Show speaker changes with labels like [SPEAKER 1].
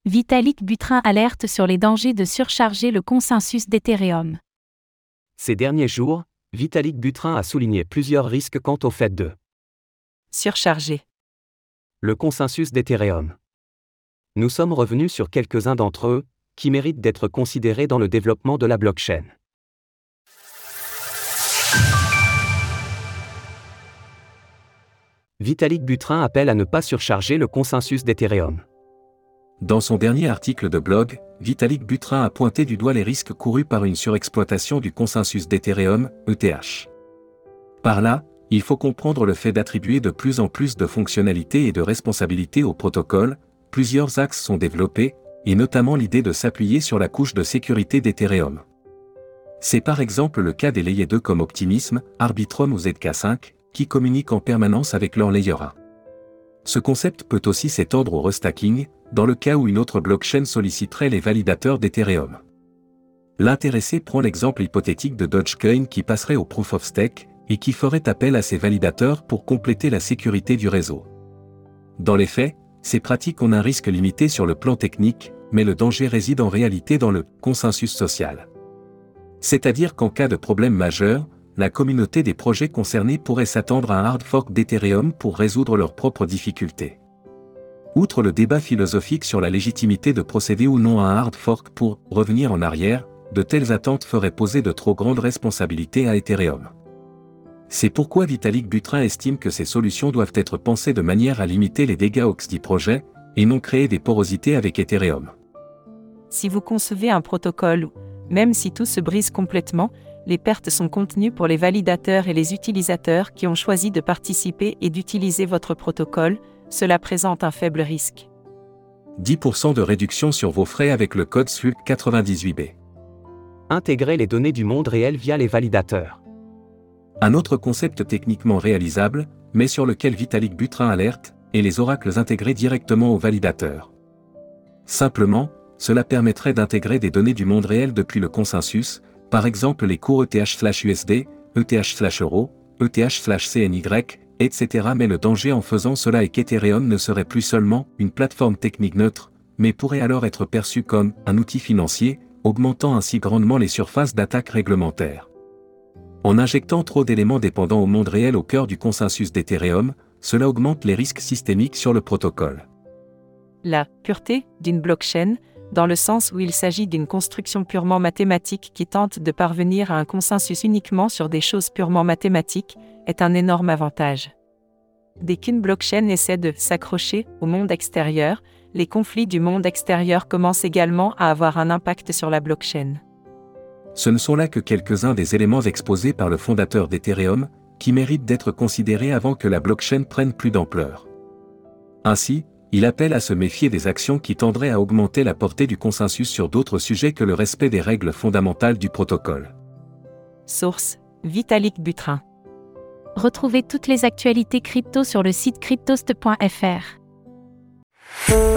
[SPEAKER 1] Vitalik Buterin alerte sur les dangers de surcharger le consensus d'Ethereum.
[SPEAKER 2] Ces derniers jours, Vitalik Buterin a souligné plusieurs risques quant au fait de
[SPEAKER 3] surcharger
[SPEAKER 2] le consensus d'Ethereum. Nous sommes revenus sur quelques-uns d'entre eux, qui méritent d'être considérés dans le développement de la blockchain. Vitalik Buterin appelle à ne pas surcharger le consensus d'Ethereum.
[SPEAKER 4] Dans son dernier article de blog, Vitalik Buterin a pointé du doigt les risques courus par une surexploitation du consensus d'Ethereum, ETH. Par là, il faut comprendre le fait d'attribuer de plus en plus de fonctionnalités et de responsabilités au protocole. Plusieurs axes sont développés, et notamment l'idée de s'appuyer sur la couche de sécurité d'Ethereum. C'est par exemple le cas des layers 2 comme Optimism, Arbitrum ou ZK5, qui communiquent en permanence avec leur layer 1. Ce concept peut aussi s'étendre au restacking, dans le cas où une autre blockchain solliciterait les validateurs d'Ethereum. L'intéressé prend l'exemple hypothétique de Dogecoin qui passerait au Proof of Stake, et qui ferait appel à ses validateurs pour compléter la sécurité du réseau. Dans les faits, ces pratiques ont un risque limité sur le plan technique, mais le danger réside en réalité dans le consensus social. C'est-à-dire qu'en cas de problème majeur, la communauté des projets concernés pourrait s'attendre à un hard fork d'Ethereum pour résoudre leurs propres difficultés. Outre le débat philosophique sur la légitimité de procéder ou non à un hard fork pour revenir en arrière, de telles attentes feraient poser de trop grandes responsabilités à Ethereum. C'est pourquoi Vitalik Buterin estime que ces solutions doivent être pensées de manière à limiter les dégâts aux projets, et non créer des porosités avec Ethereum.
[SPEAKER 3] Si vous concevez un protocole où, même si tout se brise complètement, les pertes sont contenues pour les validateurs et les utilisateurs qui ont choisi de participer et d'utiliser votre protocole, cela présente un faible risque.
[SPEAKER 4] 10% de réduction sur vos frais avec le code SWIFT98B.
[SPEAKER 2] Intégrer les données du monde réel via les validateurs.
[SPEAKER 4] Un autre concept techniquement réalisable, mais sur lequel Vitalik Buterin alerte, est les oracles intégrés directement aux validateurs. Simplement, cela permettrait d'intégrer des données du monde réel depuis le consensus, par exemple les cours ETH/USD, ETH/Euro, ETH/CNY, etc. Mais le danger en faisant cela est qu'Ethereum ne serait plus seulement une plateforme technique neutre, mais pourrait alors être perçu comme un outil financier, augmentant ainsi grandement les surfaces d'attaque réglementaires. En injectant trop d'éléments dépendants au monde réel au cœur du consensus d'Ethereum, cela augmente les risques systémiques sur le protocole.
[SPEAKER 3] La pureté d'une blockchain, dans le sens où il s'agit d'une construction purement mathématique qui tente de parvenir à un consensus uniquement sur des choses purement mathématiques, est un énorme avantage. Dès qu'une blockchain essaie de s'accrocher au monde extérieur, les conflits du monde extérieur commencent également à avoir un impact sur la blockchain.
[SPEAKER 4] Ce ne sont là que quelques-uns des éléments exposés par le fondateur d'Ethereum, qui méritent d'être considérés avant que la blockchain prenne plus d'ampleur. Ainsi, il appelle à se méfier des actions qui tendraient à augmenter la portée du consensus sur d'autres sujets que le respect des règles fondamentales du protocole.
[SPEAKER 3] Source: Vitalik Buterin.
[SPEAKER 1] Retrouvez toutes les actualités crypto sur le site cryptost.fr.